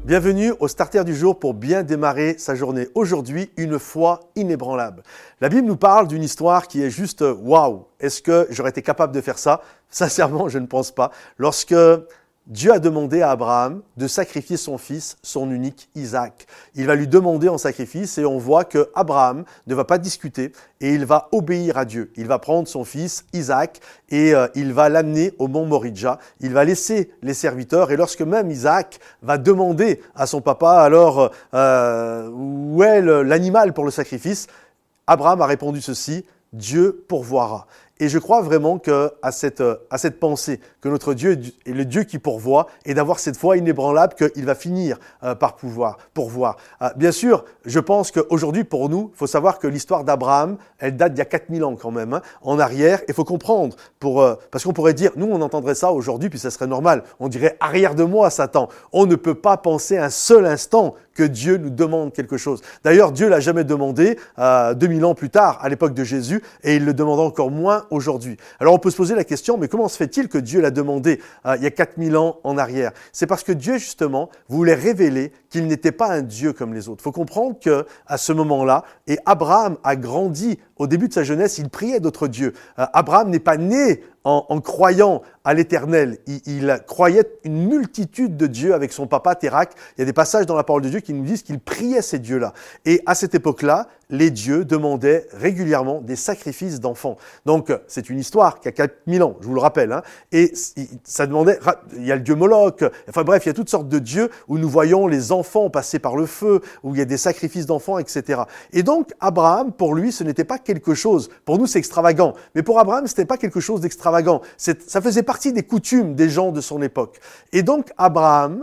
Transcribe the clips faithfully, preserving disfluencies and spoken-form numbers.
Bienvenue au Starter du jour pour bien démarrer sa journée. Aujourd'hui, une foi inébranlable. La Bible nous parle d'une histoire qui est juste waouh. Est-ce que j'aurais été capable de faire ça? Sincèrement, je ne pense pas. Lorsque Dieu a demandé à Abraham de sacrifier son fils, son unique Isaac. Il va lui demander en sacrifice et on voit que Abraham ne va pas discuter et il va obéir à Dieu. Il va prendre son fils Isaac et euh, il va l'amener au mont Moridja. Il va laisser les serviteurs et lorsque même Isaac va demander à son papa alors euh, où est le, l'animal pour le sacrifice, Abraham a répondu ceci: Dieu pourvoira. Et je crois vraiment que à cette, à cette pensée que notre Dieu est le Dieu qui pourvoit et d'avoir cette foi inébranlable qu'il va finir euh, par pouvoir pourvoir. Euh, bien sûr, je pense qu'aujourd'hui, pour nous, il faut savoir que l'histoire d'Abraham, elle date d'il y a quatre mille ans quand même, hein, en arrière. Il faut comprendre, pour, euh, parce qu'on pourrait dire, nous, on entendrait ça aujourd'hui, puis ça serait normal. On dirait, arrière de moi, Satan. On ne peut pas penser un seul instant que Dieu nous demande quelque chose. D'ailleurs, Dieu l'a jamais demandé euh, deux mille ans plus tard, à l'époque de Jésus, et il le demande encore moins aujourd'hui. Alors on peut se poser la question, mais comment se fait-il que Dieu l'a demandé euh, il y a quatre mille ans en arrière? C'est parce que Dieu, justement, voulait révéler qu'il n'était pas un Dieu comme les autres. Il faut comprendre qu'à ce moment-là, et Abraham a grandi, au début de sa jeunesse, il priait d'autres dieux. Euh, Abraham n'est pas né en, en croyant à l'Éternel. Il, il croyait une multitude de dieux avec son papa Térak. Il y a des passages dans la parole de Dieu qui nous disent qu'il priait ces dieux-là. Et à cette époque-là, les dieux demandaient régulièrement des sacrifices d'enfants. Donc, c'est une histoire qui a quatre mille ans, je vous le rappelle. Hein, et ça demandait, il y a le dieu Moloch, enfin bref, il y a toutes sortes de dieux où nous voyons les enfants passer par le feu, où il y a des sacrifices d'enfants, et cetera. Et donc, Abraham, pour lui, ce n'était pas quelque chose, pour nous c'est extravagant, mais pour Abraham, ce n'était pas quelque chose d'extravagant. C'est, ça faisait partie des coutumes des gens de son époque. Et donc, Abraham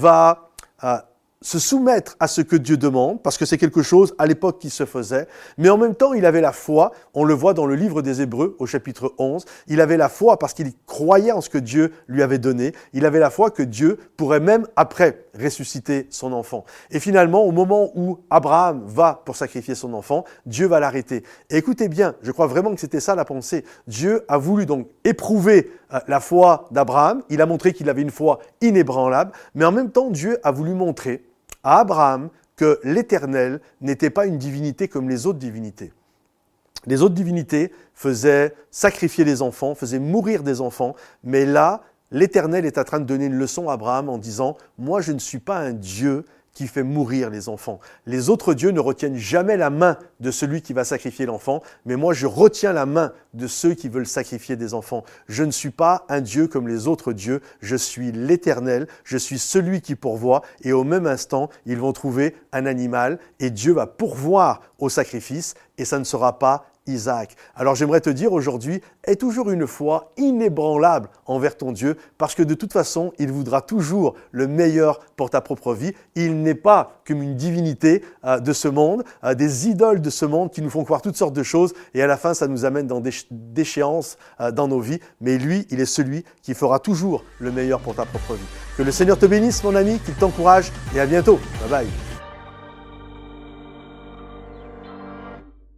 va euh, se soumettre à ce que Dieu demande, parce que c'est quelque chose à l'époque qui se faisait, mais en même temps, il avait la foi, on le voit dans le livre des Hébreux, au chapitre onze, il avait la foi parce qu'il croyait en ce que Dieu lui avait donné, il avait la foi que Dieu pourrait même après ressusciter son enfant. Et finalement, au moment où Abraham va pour sacrifier son enfant, Dieu va l'arrêter. Et écoutez bien, je crois vraiment que c'était ça la pensée. Dieu a voulu donc éprouver euh, la foi d'Abraham, il a montré qu'il avait une foi inébranlable, mais en même temps, Dieu a voulu montrer à Abraham que l'Éternel n'était pas une divinité comme les autres divinités. Les autres divinités faisaient sacrifier les enfants, faisaient mourir des enfants, mais là, l'Éternel est en train de donner une leçon à Abraham en disant « Moi, je ne suis pas un Dieu qui fait mourir les enfants. Les autres dieux ne retiennent jamais la main de celui qui va sacrifier l'enfant, mais moi, je retiens la main de ceux qui veulent sacrifier des enfants. Je ne suis pas un Dieu comme les autres dieux, je suis l'Éternel, je suis celui qui pourvoit, et au même instant, ils vont trouver un animal, et Dieu va pourvoir au sacrifice, et ça ne sera pas Isaac. Alors j'aimerais te dire aujourd'hui, aie toujours une foi inébranlable envers ton Dieu, parce que de toute façon, il voudra toujours le meilleur pour ta propre vie. Il n'est pas comme une divinité euh, de ce monde, euh, des idoles de ce monde qui nous font croire toutes sortes de choses, et à la fin, ça nous amène dans des déchéances euh, dans nos vies. Mais lui, il est celui qui fera toujours le meilleur pour ta propre vie. Que le Seigneur te bénisse, mon ami, qu'il t'encourage, et à bientôt. Bye bye.